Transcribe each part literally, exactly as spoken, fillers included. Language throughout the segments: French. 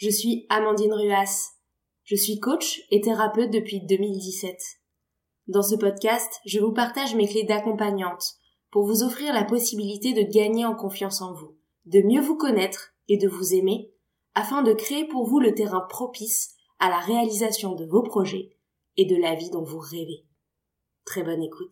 Je suis Amandine Ruas. Je suis coach et thérapeute depuis deux mille dix-sept. Dans ce podcast, je vous partage mes clés d'accompagnante pour vous offrir la possibilité de gagner en confiance en vous, de mieux vous connaître et de vous aimer, afin de créer pour vous le terrain propice à la réalisation de vos projets et de la vie dont vous rêvez. Très bonne écoute.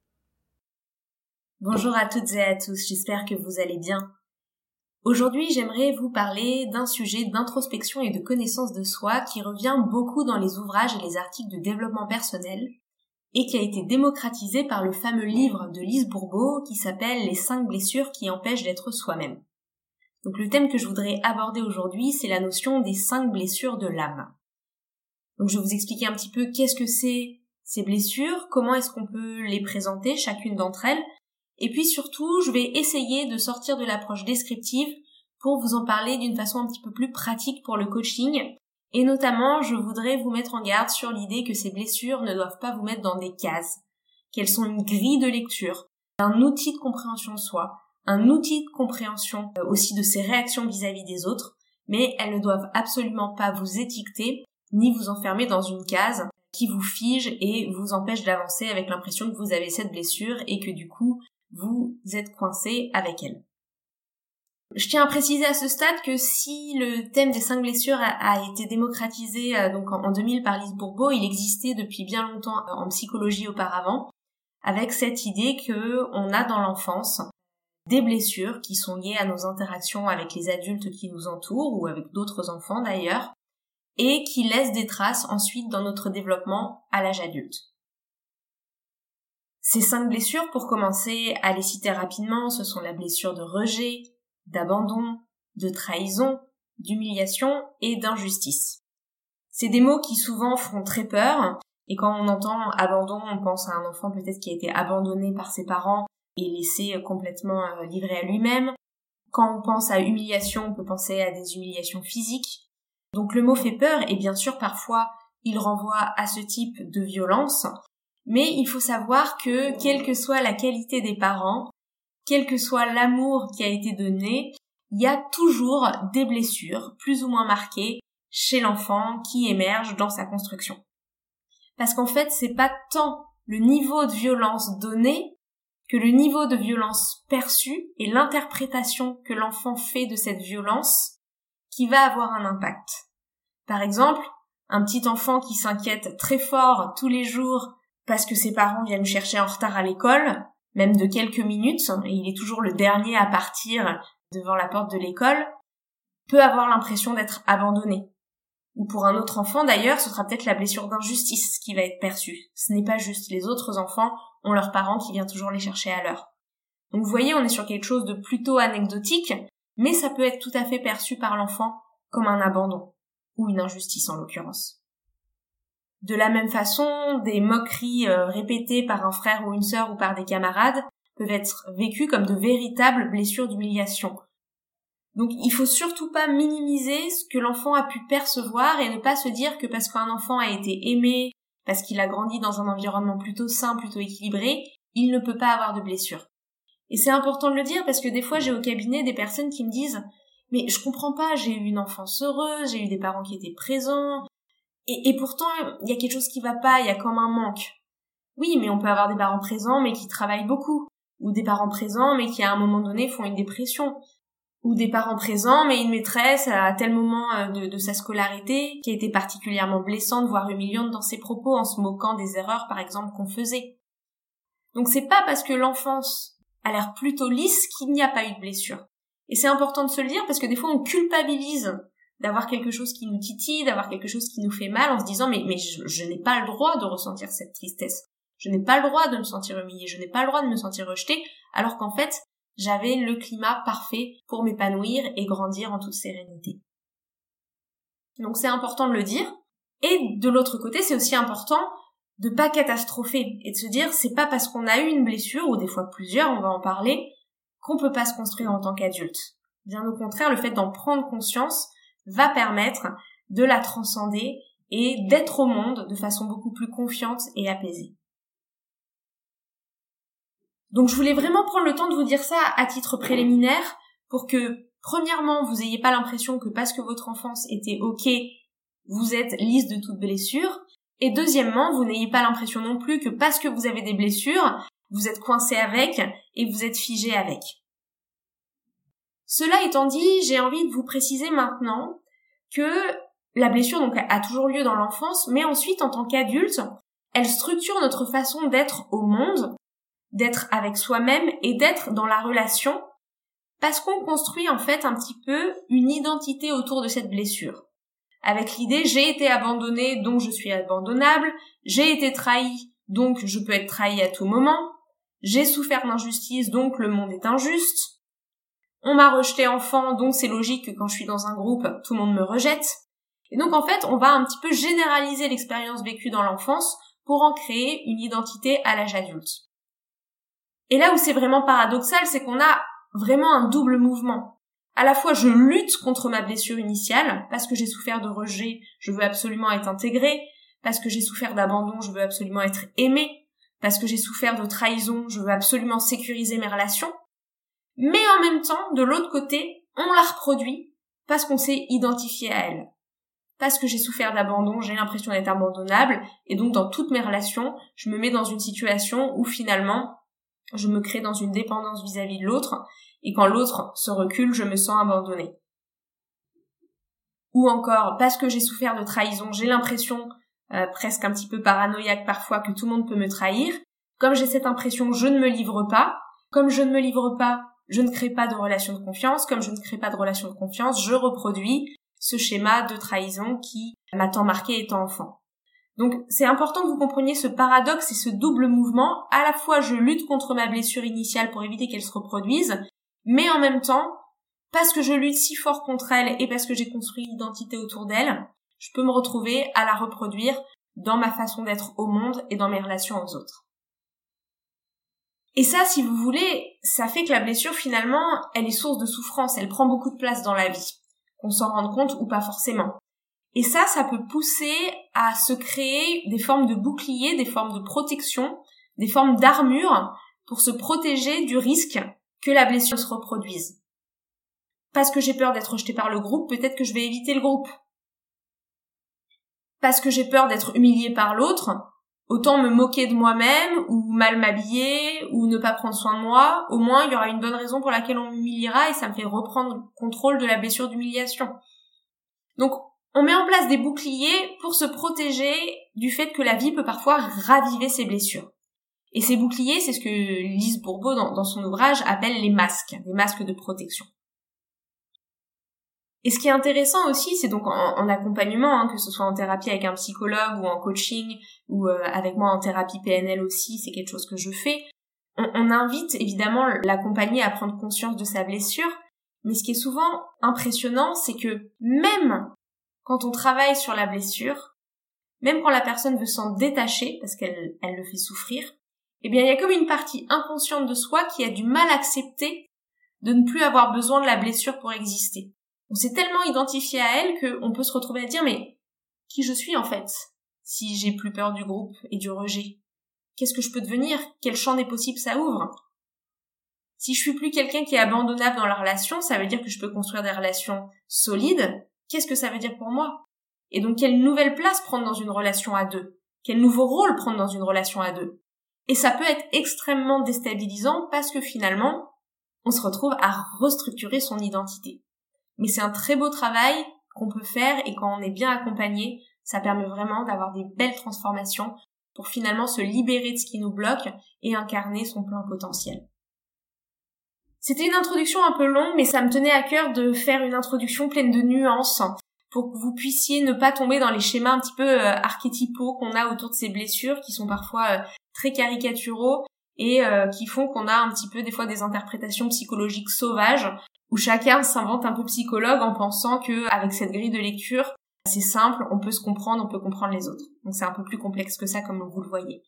Bonjour à toutes et à tous, j'espère que vous allez bien. Aujourd'hui, j'aimerais vous parler d'un sujet d'introspection et de connaissance de soi qui revient beaucoup dans les ouvrages et les articles de développement personnel et qui a été démocratisé par le fameux livre de Lise Bourbeau qui s'appelle « Les cinq blessures qui empêchent d'être soi-même ». Donc le thème que je voudrais aborder aujourd'hui, c'est la notion des cinq blessures de l'âme. Donc je vais vous expliquer un petit peu qu'est-ce que c'est ces blessures, comment est-ce qu'on peut les présenter, chacune d'entre elles. Et puis surtout, je vais essayer de sortir de l'approche descriptive pour vous en parler d'une façon un petit peu plus pratique pour le coaching. Et notamment, je voudrais vous mettre en garde sur l'idée que ces blessures ne doivent pas vous mettre dans des cases, qu'elles sont une grille de lecture, un outil de compréhension de soi, un outil de compréhension aussi de ses réactions vis-à-vis des autres, mais elles ne doivent absolument pas vous étiqueter ni vous enfermer dans une case qui vous fige et vous empêche d'avancer avec l'impression que vous avez cette blessure et que du coup, vous êtes coincé avec elle. Je tiens à préciser à ce stade que si le thème des cinq blessures a, a été démocratisé euh, donc en, en deux mille par Lise Bourbeau, il existait depuis bien longtemps en psychologie auparavant, avec cette idée que on a dans l'enfance des blessures qui sont liées à nos interactions avec les adultes qui nous entourent ou avec d'autres enfants d'ailleurs, et qui laissent des traces ensuite dans notre développement à l'âge adulte. Ces cinq blessures, pour commencer à les citer rapidement, ce sont la blessure de rejet, d'abandon, de trahison, d'humiliation et d'injustice. C'est des mots qui souvent font très peur, et quand on entend abandon, on pense à un enfant peut-être qui a été abandonné par ses parents et laissé complètement livré à lui-même. Quand on pense à humiliation, on peut penser à des humiliations physiques. Donc le mot fait peur, et bien sûr parfois il renvoie à ce type de violence, mais il faut savoir que quelle que soit la qualité des parents, quel que soit l'amour qui a été donné, il y a toujours des blessures plus ou moins marquées chez l'enfant qui émergent dans sa construction. Parce qu'en fait, c'est pas tant le niveau de violence donné que le niveau de violence perçu et l'interprétation que l'enfant fait de cette violence qui va avoir un impact. Par exemple, un petit enfant qui s'inquiète très fort tous les jours parce que ses parents viennent chercher en retard à l'école, même de quelques minutes, et il est toujours le dernier à partir devant la porte de l'école, peut avoir l'impression d'être abandonné. Ou pour un autre enfant d'ailleurs, ce sera peut-être la blessure d'injustice qui va être perçue. Ce n'est pas juste, les autres enfants ont leurs parents qui viennent toujours les chercher à l'heure. Donc vous voyez, on est sur quelque chose de plutôt anecdotique, mais ça peut être tout à fait perçu par l'enfant comme un abandon, ou une injustice en l'occurrence. De la même façon, des moqueries euh, répétées par un frère ou une sœur ou par des camarades peuvent être vécues comme de véritables blessures d'humiliation. Donc il faut surtout pas minimiser ce que l'enfant a pu percevoir et ne pas se dire que parce qu'un enfant a été aimé, parce qu'il a grandi dans un environnement plutôt sain, plutôt équilibré, il ne peut pas avoir de blessures. Et c'est important de le dire parce que des fois j'ai au cabinet des personnes qui me disent « mais je comprends pas, j'ai eu une enfance heureuse, j'ai eu des parents qui étaient présents, et, et pourtant il y a quelque chose qui va pas, il y a comme un manque. » Oui, mais on peut avoir des parents présents mais qui travaillent beaucoup, ou des parents présents mais qui à un moment donné font une dépression, ou des parents présents mais une maîtresse à tel moment de, de sa scolarité qui a été particulièrement blessante, voire humiliante dans ses propos en se moquant des erreurs par exemple qu'on faisait. Donc c'est pas parce que l'enfance a l'air plutôt lisse qu'il n'y a pas eu de blessure. Et c'est important de se le dire parce que des fois on culpabilise d'avoir quelque chose qui nous titille, d'avoir quelque chose qui nous fait mal en se disant mais, mais je, je n'ai pas le droit de ressentir cette tristesse, je n'ai pas le droit de me sentir humiliée, je n'ai pas le droit de me sentir rejetée, alors qu'en fait j'avais le climat parfait pour m'épanouir et grandir en toute sérénité. Donc c'est important de le dire. Et de l'autre côté, c'est aussi important de pas catastropher et de se dire c'est pas parce qu'on a eu une blessure, ou des fois plusieurs, on va en parler, qu'on peut pas se construire en tant qu'adulte. Bien au contraire, le fait d'en prendre conscience va permettre de la transcender et d'être au monde de façon beaucoup plus confiante et apaisée. Donc je voulais vraiment prendre le temps de vous dire ça à titre préliminaire pour que premièrement, vous n'ayez pas l'impression que parce que votre enfance était ok, vous êtes lisse de toute blessure. Et deuxièmement, vous n'ayez pas l'impression non plus que parce que vous avez des blessures, vous êtes coincé avec et vous êtes figé avec. Cela étant dit, j'ai envie de vous préciser maintenant que la blessure donc a toujours lieu dans l'enfance, mais ensuite, en tant qu'adulte, elle structure notre façon d'être au monde, d'être avec soi-même et d'être dans la relation, parce qu'on construit en fait un petit peu une identité autour de cette blessure. Avec l'idée, j'ai été abandonnée, donc je suis abandonnable, j'ai été trahi, donc je peux être trahi à tout moment, j'ai souffert d'injustice, donc le monde est injuste, on m'a rejeté enfant, donc c'est logique que quand je suis dans un groupe, tout le monde me rejette. Et donc en fait, on va un petit peu généraliser l'expérience vécue dans l'enfance pour en créer une identité à l'âge adulte. Et là où c'est vraiment paradoxal, c'est qu'on a vraiment un double mouvement. À la fois, je lutte contre ma blessure initiale, parce que j'ai souffert de rejet, je veux absolument être intégrée, parce que j'ai souffert d'abandon, je veux absolument être aimée, parce que j'ai souffert de trahison, je veux absolument sécuriser mes relations. Mais en même temps, de l'autre côté, on la reproduit parce qu'on s'est identifié à elle. Parce que j'ai souffert d'abandon, j'ai l'impression d'être abandonnable, et donc dans toutes mes relations, je me mets dans une situation où finalement, je me crée dans une dépendance vis-à-vis de l'autre, et quand l'autre se recule, je me sens abandonnée. Ou encore, parce que j'ai souffert de trahison, j'ai l'impression, euh, presque un petit peu paranoïaque parfois, que tout le monde peut me trahir. Comme j'ai cette impression, je ne me livre pas. Comme je ne me livre pas, je ne crée pas de relation de confiance. Comme je ne crée pas de relation de confiance, je reproduis ce schéma de trahison qui m'a tant marqué étant enfant. Donc, c'est important que vous compreniez ce paradoxe et ce double mouvement. À la fois, je lutte contre ma blessure initiale pour éviter qu'elle se reproduise, mais en même temps, parce que je lutte si fort contre elle et parce que j'ai construit une identité autour d'elle, je peux me retrouver à la reproduire dans ma façon d'être au monde et dans mes relations aux autres. Et ça, si vous voulez, ça fait que la blessure, finalement, elle est source de souffrance, elle prend beaucoup de place dans la vie, qu'on s'en rende compte ou pas forcément. Et ça, ça peut pousser à se créer des formes de boucliers, des formes de protection, des formes d'armure pour se protéger du risque que la blessure se reproduise. Parce que j'ai peur d'être rejetée par le groupe, peut-être que je vais éviter le groupe. Parce que j'ai peur d'être humiliée par l'autre, autant me moquer de moi-même, ou mal m'habiller, ou ne pas prendre soin de moi. Au moins, il y aura une bonne raison pour laquelle on m'humiliera et ça me fait reprendre le contrôle de la blessure d'humiliation. Donc, on met en place des boucliers pour se protéger du fait que la vie peut parfois raviver ses blessures. Et ces boucliers, c'est ce que Lise Bourbeau, dans, dans son ouvrage, appelle les masques, des masques de protection. Et ce qui est intéressant aussi, c'est donc en, en accompagnement, hein, que ce soit en thérapie avec un psychologue ou en coaching, ou euh, avec moi en thérapie P N L aussi, c'est quelque chose que je fais. On, on invite évidemment l'accompagné à prendre conscience de sa blessure, mais ce qui est souvent impressionnant, c'est que même quand on travaille sur la blessure, même quand la personne veut s'en détacher, parce qu'elle elle le fait souffrir, eh bien il y a comme une partie inconsciente de soi qui a du mal à accepter de ne plus avoir besoin de la blessure pour exister. On s'est tellement identifié à elle qu'on peut se retrouver à dire « mais qui je suis en fait, si j'ai plus peur du groupe et du rejet? Qu'est-ce que je peux devenir? Quel champ des possibles ça ouvre? Si je suis plus quelqu'un qui est abandonnable dans la relation, ça veut dire que je peux construire des relations solides. Qu'est-ce que ça veut dire pour moi? Et donc quelle nouvelle place prendre dans une relation à deux? Quel nouveau rôle prendre dans une relation à deux? Et ça peut être extrêmement déstabilisant parce que finalement, on se retrouve à restructurer son identité. Mais c'est un très beau travail qu'on peut faire et quand on est bien accompagné, ça permet vraiment d'avoir des belles transformations pour finalement se libérer de ce qui nous bloque et incarner son plein potentiel. C'était une introduction un peu longue, mais ça me tenait à cœur de faire une introduction pleine de nuances pour que vous puissiez ne pas tomber dans les schémas un petit peu euh, archétypaux qu'on a autour de ces blessures qui sont parfois euh, très caricaturaux et euh, qui font qu'on a un petit peu des fois des interprétations psychologiques sauvages où chacun s'invente un peu psychologue en pensant que avec cette grille de lecture, c'est simple, on peut se comprendre, on peut comprendre les autres. Donc c'est un peu plus complexe que ça comme vous le voyez.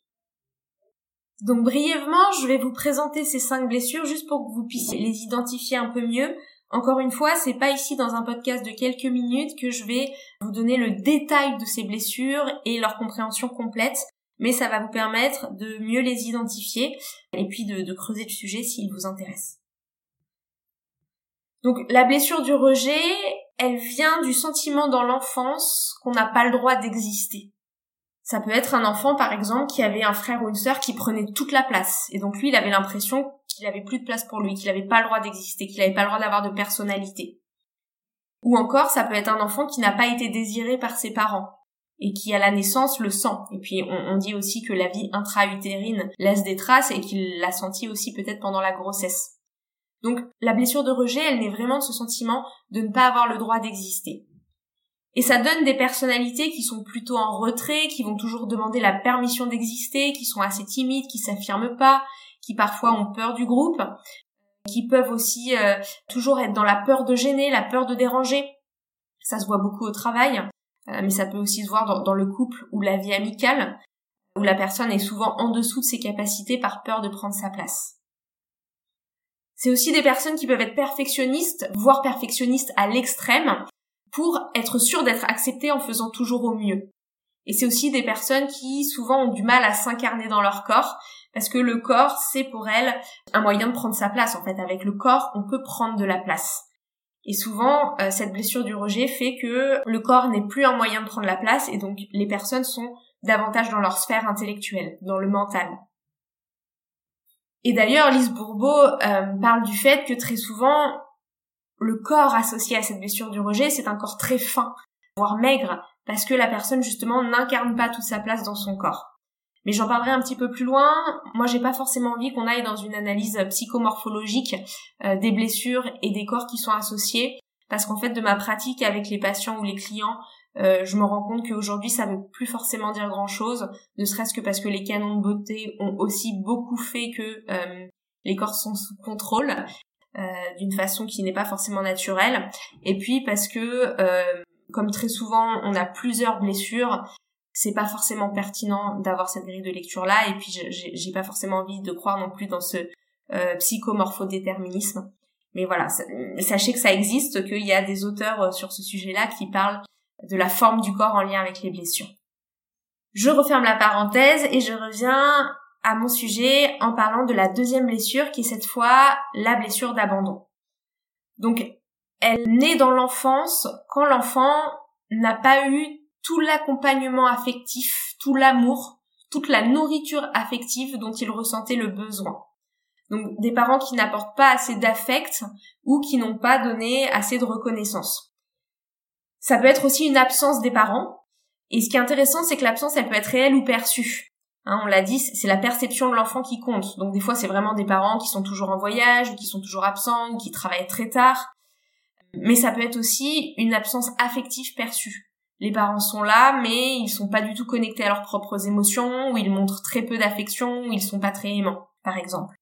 Donc brièvement, je vais vous présenter ces cinq blessures juste pour que vous puissiez les identifier un peu mieux. Encore une fois, c'est pas ici dans un podcast de quelques minutes que je vais vous donner le détail de ces blessures et leur compréhension complète, mais ça va vous permettre de mieux les identifier et puis de, de creuser le sujet s'il vous intéresse. Donc la blessure du rejet, elle vient du sentiment dans l'enfance qu'on n'a pas le droit d'exister. Ça peut être un enfant, par exemple, qui avait un frère ou une sœur qui prenait toute la place. Et donc lui, il avait l'impression qu'il avait plus de place pour lui, qu'il n'avait pas le droit d'exister, qu'il n'avait pas le droit d'avoir de personnalité. Ou encore, ça peut être un enfant qui n'a pas été désiré par ses parents et qui, à la naissance, le sent. Et puis, on, on dit aussi que la vie intra-utérine laisse des traces et qu'il l'a senti aussi peut-être pendant la grossesse. Donc, la blessure de rejet, elle naît vraiment de ce sentiment de ne pas avoir le droit d'exister. Et ça donne des personnalités qui sont plutôt en retrait, qui vont toujours demander la permission d'exister, qui sont assez timides, qui s'affirment pas, qui parfois ont peur du groupe, qui peuvent aussi euh, toujours être dans la peur de gêner, la peur de déranger. Ça se voit beaucoup au travail, euh, mais ça peut aussi se voir dans, dans le couple ou la vie amicale, où la personne est souvent en dessous de ses capacités par peur de prendre sa place. C'est aussi des personnes qui peuvent être perfectionnistes, voire perfectionnistes à l'extrême, pour être sûres d'être acceptées en faisant toujours au mieux. Et c'est aussi des personnes qui souvent ont du mal à s'incarner dans leur corps, parce que le corps, c'est pour elles un moyen de prendre sa place. En fait, avec le corps, on peut prendre de la place. Et souvent, euh, cette blessure du rejet fait que le corps n'est plus un moyen de prendre la place, et donc les personnes sont davantage dans leur sphère intellectuelle, dans le mental. Et d'ailleurs, Lise Bourbeau euh, parle du fait que très souvent, le corps associé à cette blessure du rejet, c'est un corps très fin, voire maigre, parce que la personne, justement, n'incarne pas toute sa place dans son corps. Mais j'en parlerai un petit peu plus loin. Moi, j'ai pas forcément envie qu'on aille dans une analyse psychomorphologique euh, des blessures et des corps qui sont associés, parce qu'en fait, de ma pratique avec les patients ou les clients, euh, je me rends compte qu'aujourd'hui, ça veut plus forcément dire grand-chose, ne serait-ce que parce que les canons de beauté ont aussi beaucoup fait que euh, les corps sont sous contrôle, euh, d'une façon qui n'est pas forcément naturelle, et puis parce que, euh, comme très souvent, on a plusieurs blessures, c'est pas forcément pertinent d'avoir cette grille de lecture-là, et puis j'ai, j'ai pas forcément envie de croire non plus dans ce euh, psychomorphodéterminisme. Mais voilà, sachez que ça existe, qu'il y a des auteurs sur ce sujet-là qui parlent de la forme du corps en lien avec les blessures. Je referme la parenthèse et je reviens à mon sujet en parlant de la deuxième blessure qui est cette fois la blessure d'abandon. Donc, elle naît dans l'enfance quand l'enfant n'a pas eu tout l'accompagnement affectif, tout l'amour, toute la nourriture affective dont il ressentait le besoin. Donc, des parents qui n'apportent pas assez d'affect ou qui n'ont pas donné assez de reconnaissance. Ça peut être aussi une absence des parents. Et ce qui est intéressant, c'est que l'absence, elle peut être réelle ou perçue. Hein, on l'a dit, c'est la perception de l'enfant qui compte. Donc des fois, c'est vraiment des parents qui sont toujours en voyage, ou qui sont toujours absents, ou qui travaillent très tard. Mais ça peut être aussi une absence affective perçue. Les parents sont là, mais ils sont pas du tout connectés à leurs propres émotions, ou ils montrent très peu d'affection, ou ils sont pas très aimants, par exemple.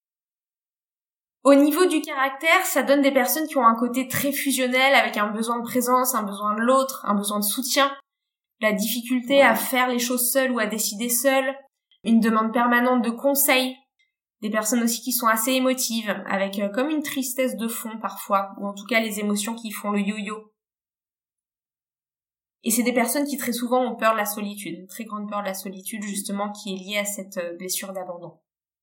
Au niveau du caractère, ça donne des personnes qui ont un côté très fusionnel, avec un besoin de présence, un besoin de l'autre, un besoin de soutien, la difficulté à faire les choses seules ou à décider seules, une demande permanente de conseils, des personnes aussi qui sont assez émotives, avec euh, comme une tristesse de fond parfois, ou en tout cas les émotions qui font le yo-yo. Et c'est des personnes qui très souvent ont peur de la solitude, une très grande peur de la solitude justement qui est liée à cette euh, blessure d'abandon.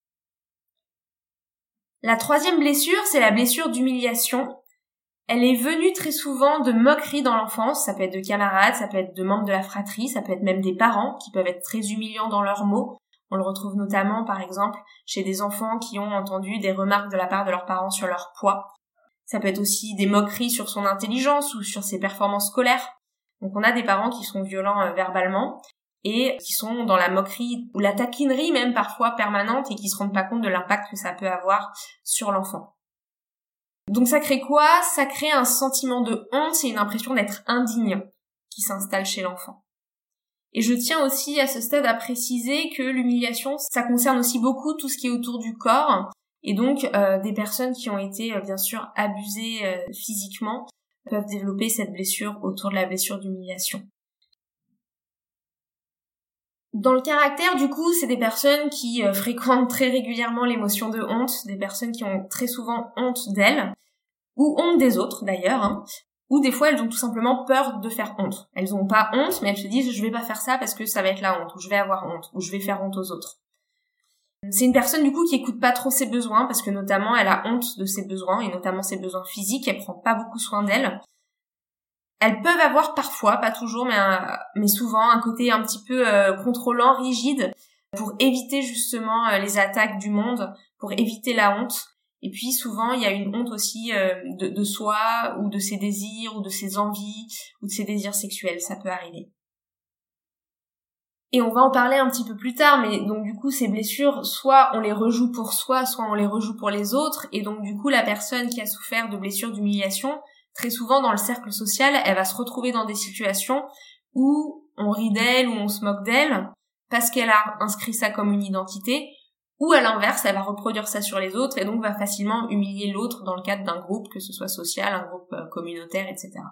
La troisième blessure, c'est la blessure d'humiliation. Elle est venue très souvent de moqueries dans l'enfance, ça peut être de camarades, ça peut être de membres de la fratrie, ça peut être même des parents qui peuvent être très humiliants dans leurs mots. On le retrouve notamment, par exemple, chez des enfants qui ont entendu des remarques de la part de leurs parents sur leur poids. Ça peut être aussi des moqueries sur son intelligence ou sur ses performances scolaires. Donc on a des parents qui sont violents euh, verbalement et qui sont dans la moquerie ou la taquinerie même parfois permanente et qui se rendent pas compte de l'impact que ça peut avoir sur l'enfant. Donc ça crée quoi ? Ça crée un sentiment de honte et une impression d'être indigne qui s'installe chez l'enfant. Et je tiens aussi à ce stade à préciser que l'humiliation, ça concerne aussi beaucoup tout ce qui est autour du corps, et donc euh, des personnes qui ont été euh, bien sûr abusées euh, physiquement peuvent développer cette blessure autour de la blessure d'humiliation. Dans le caractère, du coup, c'est des personnes qui euh, fréquentent très régulièrement l'émotion de honte, des personnes qui ont très souvent honte d'elles, ou honte des autres d'ailleurs, hein, ou des fois elles ont tout simplement peur de faire honte. Elles ont pas honte, mais elles se disent je vais pas faire ça parce que ça va être la honte, ou je vais avoir honte, ou je vais faire honte aux autres. C'est une personne du coup qui écoute pas trop ses besoins parce que notamment elle a honte de ses besoins et notamment ses besoins physiques, elle prend pas beaucoup soin d'elle. Elles peuvent avoir parfois, pas toujours, mais, euh, mais souvent un côté un petit peu euh, contrôlant, rigide, pour éviter justement euh, les attaques du monde, pour éviter la honte. Et puis souvent il y a une honte aussi euh, de, de soi ou de ses désirs ou de ses envies ou de ses désirs sexuels, ça peut arriver. Et on va en parler un petit peu plus tard, mais donc du coup ces blessures, soit on les rejoue pour soi, soit on les rejoue pour les autres, et donc du coup la personne qui a souffert de blessures d'humiliation, très souvent dans le cercle social, elle va se retrouver dans des situations où on rit d'elle, où on se moque d'elle, parce qu'elle a inscrit ça comme une identité, ou à l'inverse, elle va reproduire ça sur les autres, et donc va facilement humilier l'autre dans le cadre d'un groupe, que ce soit social, un groupe communautaire, et cetera.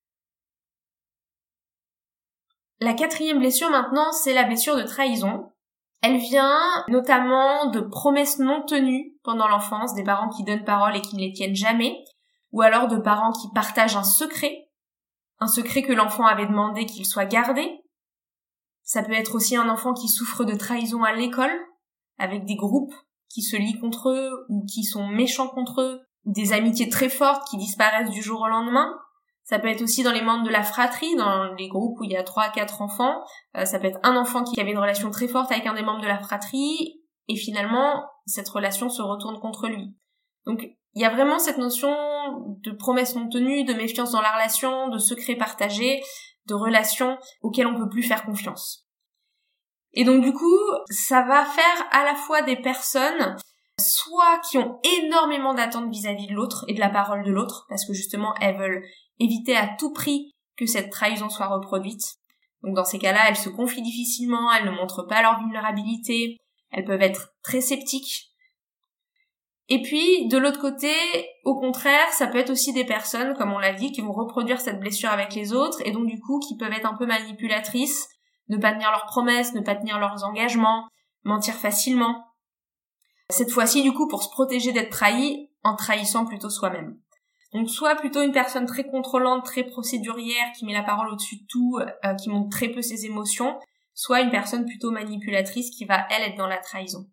La quatrième blessure maintenant, c'est la blessure de trahison. Elle vient notamment de promesses non tenues pendant l'enfance, des parents qui donnent parole et qui ne les tiennent jamais, ou alors de parents qui partagent un secret, un secret que l'enfant avait demandé qu'il soit gardé. Ça peut être aussi un enfant qui souffre de trahison à l'école, avec des groupes qui se lient contre eux ou qui sont méchants contre eux, des amitiés très fortes qui disparaissent du jour au lendemain. Ça peut être aussi dans les membres de la fratrie, dans les groupes où il y a trois à quatre enfants. Euh, ça peut être un enfant qui avait une relation très forte avec un des membres de la fratrie, et finalement, cette relation se retourne contre lui. Donc, il y a vraiment cette notion de promesse non tenue, de méfiance dans la relation, de secret partagé, de relations auxquelles on peut plus faire confiance. Et donc, du coup, ça va faire à la fois des personnes soit qui ont énormément d'attentes vis-à-vis de l'autre et de la parole de l'autre, parce que justement, elles veulent éviter à tout prix que cette trahison soit reproduite. Donc dans ces cas-là, elles se confient difficilement, elles ne montrent pas leur vulnérabilité, elles peuvent être très sceptiques. Et puis, de l'autre côté, au contraire, ça peut être aussi des personnes, comme on l'a dit, qui vont reproduire cette blessure avec les autres, et donc du coup, qui peuvent être un peu manipulatrices, ne pas tenir leurs promesses, ne pas tenir leurs engagements, mentir facilement. Cette fois-ci, du coup, pour se protéger d'être trahi, en trahissant plutôt soi-même. Donc soit plutôt une personne très contrôlante, très procédurière, qui met la parole au-dessus de tout, euh, qui montre très peu ses émotions, soit une personne plutôt manipulatrice qui va, elle, être dans la trahison.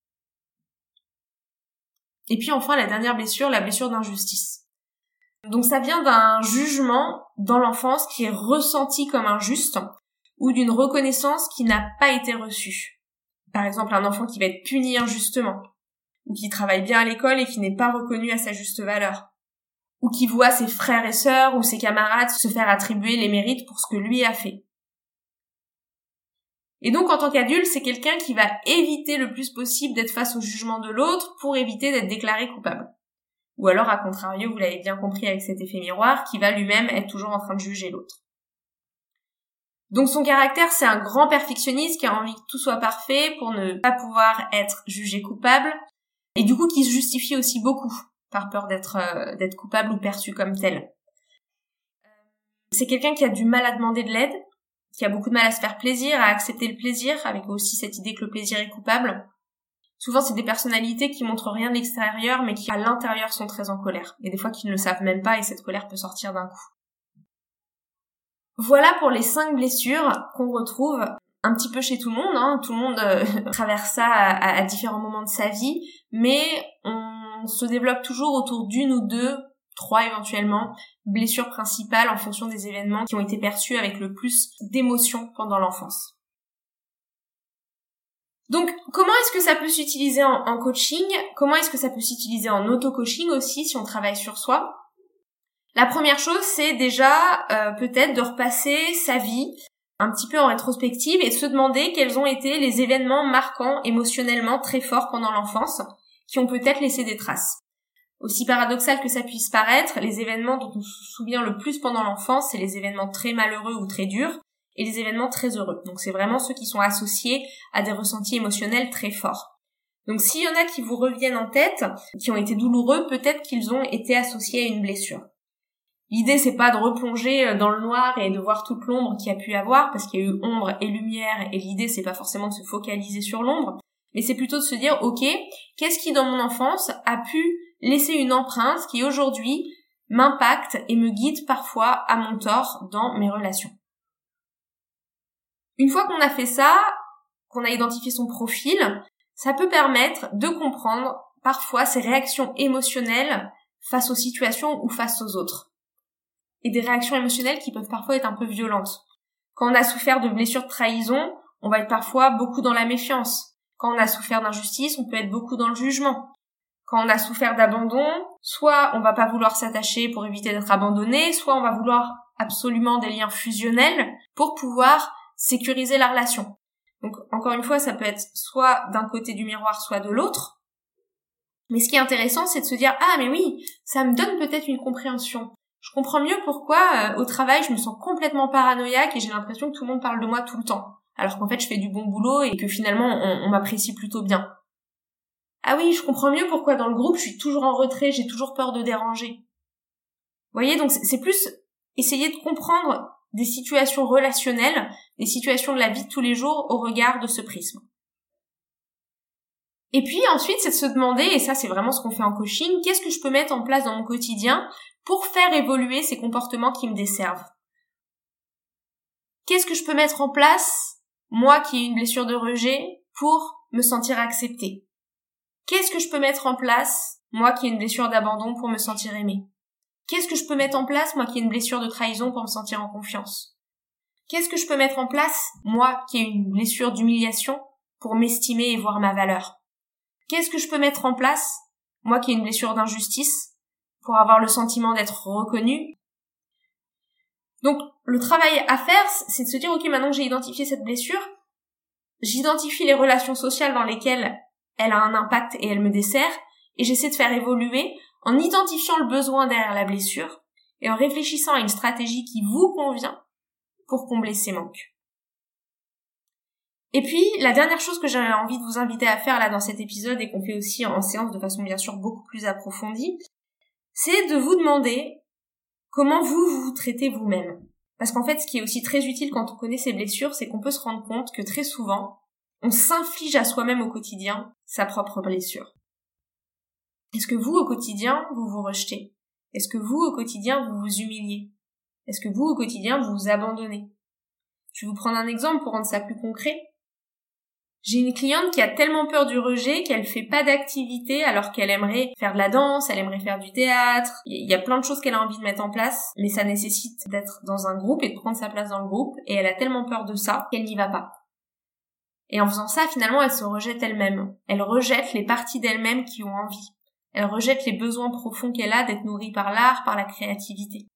Et puis enfin, la dernière blessure, la blessure d'injustice. Donc ça vient d'un jugement dans l'enfance qui est ressenti comme injuste, ou d'une reconnaissance qui n'a pas été reçue. Par exemple, un enfant qui va être puni injustement, ou qui travaille bien à l'école et qui n'est pas reconnu à sa juste valeur, ou qui voit ses frères et sœurs ou ses camarades se faire attribuer les mérites pour ce que lui a fait. Et donc, en tant qu'adulte, c'est quelqu'un qui va éviter le plus possible d'être face au jugement de l'autre pour éviter d'être déclaré coupable. Ou alors, à contrario, vous l'avez bien compris avec cet effet miroir, qui va lui-même être toujours en train de juger l'autre. Donc, son caractère, c'est un grand perfectionniste qui a envie que tout soit parfait pour ne pas pouvoir être jugé coupable, et du coup, qui se justifie aussi beaucoup, par peur d'être euh, d'être coupable ou perçu comme tel. C'est quelqu'un qui a du mal à demander de l'aide, qui a beaucoup de mal à se faire plaisir, à accepter le plaisir, avec aussi cette idée que le plaisir est coupable. Souvent, c'est des personnalités qui montrent rien de l'extérieur, mais qui, à l'intérieur, sont très en colère. Et des fois, qui ne le savent même pas, et cette colère peut sortir d'un coup. Voilà pour les cinq blessures qu'on retrouve un petit peu chez tout le monde. Hein. Tout le monde euh, traverse ça à, à différents moments de sa vie, mais on se développe toujours autour d'une ou deux, trois éventuellement, blessures principales en fonction des événements qui ont été perçus avec le plus d'émotion pendant l'enfance. Donc, comment est-ce que ça peut s'utiliser en, en coaching? Comment est-ce que ça peut s'utiliser en auto-coaching aussi si on travaille sur soi? La première chose, c'est déjà euh, peut-être de repasser sa vie un petit peu en rétrospective et de se demander quels ont été les événements marquants émotionnellement très forts pendant l'enfance qui ont peut-être laissé des traces. Aussi paradoxal que ça puisse paraître, les événements dont on se souvient le plus pendant l'enfance, c'est les événements très malheureux ou très durs et les événements très heureux. Donc c'est vraiment ceux qui sont associés à des ressentis émotionnels très forts. Donc s'il y en a qui vous reviennent en tête, qui ont été douloureux, peut-être qu'ils ont été associés à une blessure. L'idée, c'est pas de replonger dans le noir et de voir toute l'ombre qu'il y a pu avoir, parce qu'il y a eu ombre et lumière, et l'idée, c'est pas forcément de se focaliser sur l'ombre, mais c'est plutôt de se dire, ok, qu'est-ce qui, dans mon enfance, a pu laisser une empreinte qui, aujourd'hui, m'impacte et me guide parfois à mon tort dans mes relations. Une fois qu'on a fait ça, qu'on a identifié son profil, ça peut permettre de comprendre parfois ces réactions émotionnelles face aux situations ou face aux autres. Et des réactions émotionnelles qui peuvent parfois être un peu violentes. Quand on a souffert de blessures de trahison, on va être parfois beaucoup dans la méfiance. Quand on a souffert d'injustice, on peut être beaucoup dans le jugement. Quand on a souffert d'abandon, soit on va pas vouloir s'attacher pour éviter d'être abandonné, soit on va vouloir absolument des liens fusionnels pour pouvoir sécuriser la relation. Donc, encore une fois, ça peut être soit d'un côté du miroir, soit de l'autre. Mais ce qui est intéressant, c'est de se dire « Ah, mais oui, ça me donne peut-être une compréhension. Je comprends mieux pourquoi, euh, au travail, je me sens complètement paranoïaque et j'ai l'impression que tout le monde parle de moi tout le temps. Alors qu'en fait, je fais du bon boulot et que finalement, on, on m'apprécie plutôt bien. Ah oui, je comprends mieux pourquoi dans le groupe, je suis toujours en retrait, j'ai toujours peur de déranger. » Vous voyez, donc c'est plus essayer de comprendre des situations relationnelles, des situations de la vie de tous les jours au regard de ce prisme. Et puis ensuite, c'est de se demander, et ça c'est vraiment ce qu'on fait en coaching, qu'est-ce que je peux mettre en place dans mon quotidien pour faire évoluer ces comportements qui me desservent? Qu'est-ce que je peux mettre en place, moi qui ai une blessure de rejet, pour me sentir acceptée? Qu'est-ce que je peux mettre en place, moi qui ai une blessure d'abandon, pour me sentir aimée? Qu'est-ce que je peux mettre en place, moi qui ai une blessure de trahison, pour me sentir en confiance? Qu'est-ce que je peux mettre en place, moi qui ai une blessure d'humiliation, pour m'estimer et voir ma valeur? Qu'est-ce que je peux mettre en place, moi qui ai une blessure d'injustice, pour avoir le sentiment d'être reconnue? Donc, le travail à faire, c'est de se dire, ok, maintenant que j'ai identifié cette blessure, j'identifie les relations sociales dans lesquelles elle a un impact et elle me dessert, et j'essaie de faire évoluer en identifiant le besoin derrière la blessure et en réfléchissant à une stratégie qui vous convient pour combler ces manques. Et puis, la dernière chose que j'avais envie de vous inviter à faire là dans cet épisode et qu'on fait aussi en séance de façon bien sûr beaucoup plus approfondie, c'est de vous demander comment vous vous traitez vous-même. Parce qu'en fait, ce qui est aussi très utile quand on connaît ses blessures, c'est qu'on peut se rendre compte que très souvent, on s'inflige à soi-même au quotidien sa propre blessure. Est-ce que vous, au quotidien, vous vous rejetez? Est-ce que vous, au quotidien, vous vous humiliez? Est-ce que vous, au quotidien, vous vous abandonnez? Je vais vous prendre un exemple pour rendre ça plus concret. J'ai une cliente qui a tellement peur du rejet qu'elle fait pas d'activité alors qu'elle aimerait faire de la danse, elle aimerait faire du théâtre. Il y a plein de choses qu'elle a envie de mettre en place, mais ça nécessite d'être dans un groupe et de prendre sa place dans le groupe, et elle a tellement peur de ça qu'elle n'y va pas. Et en faisant ça, finalement, elle se rejette elle-même. Elle rejette les parties d'elle-même qui ont envie. Elle rejette les besoins profonds qu'elle a d'être nourrie par l'art, par la créativité.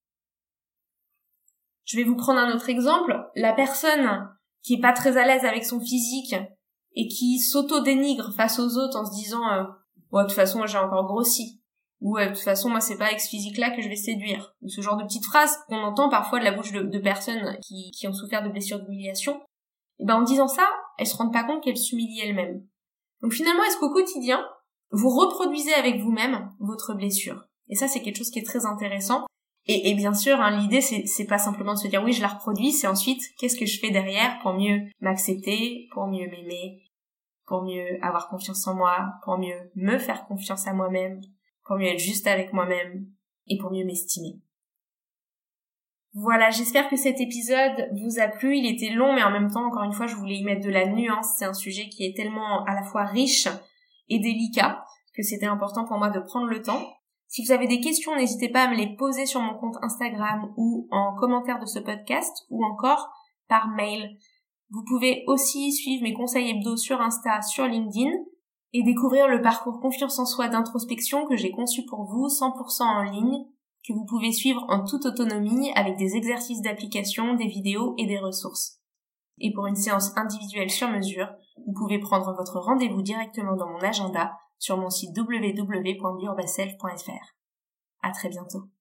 Je vais vous prendre un autre exemple. La personne qui est pas très à l'aise avec son physique et qui s'auto-dénigre face aux autres en se disant euh, « Ouais, de toute façon, moi, j'ai encore grossi » ou euh, « De toute façon, moi, c'est pas avec ce physique-là que je vais séduire » ou ce genre de petites phrases qu'on entend parfois de la bouche de, de personnes qui, qui ont souffert de blessures d'humiliation. Et ben en disant ça, elles se rendent pas compte qu'elles s'humilient elles-mêmes. Donc finalement, est-ce qu'au quotidien, vous reproduisez avec vous-même votre blessure? Et ça, c'est quelque chose qui est très intéressant. Et, et bien sûr, hein, l'idée, c'est, c'est pas simplement de se dire oui, je la reproduis, c'est ensuite qu'est-ce que je fais derrière pour mieux m'accepter, pour mieux m'aimer, pour mieux avoir confiance en moi, pour mieux me faire confiance à moi-même, pour mieux être juste avec moi-même et pour mieux m'estimer. Voilà, j'espère que cet épisode vous a plu. Il était long, mais en même temps, encore une fois, je voulais y mettre de la nuance. C'est un sujet qui est tellement à la fois riche et délicat que c'était important pour moi de prendre le temps. Si vous avez des questions, n'hésitez pas à me les poser sur mon compte Instagram ou en commentaire de ce podcast ou encore par mail. Vous pouvez aussi suivre mes conseils hebdo sur Insta, sur LinkedIn et découvrir le parcours confiance en soi d'introspection que j'ai conçu pour vous, cent pour cent en ligne, que vous pouvez suivre en toute autonomie avec des exercices d'application, des vidéos et des ressources. Et pour une séance individuelle sur mesure, vous pouvez prendre votre rendez-vous directement dans mon agenda sur mon site w w w point biurbaself point f r. À très bientôt.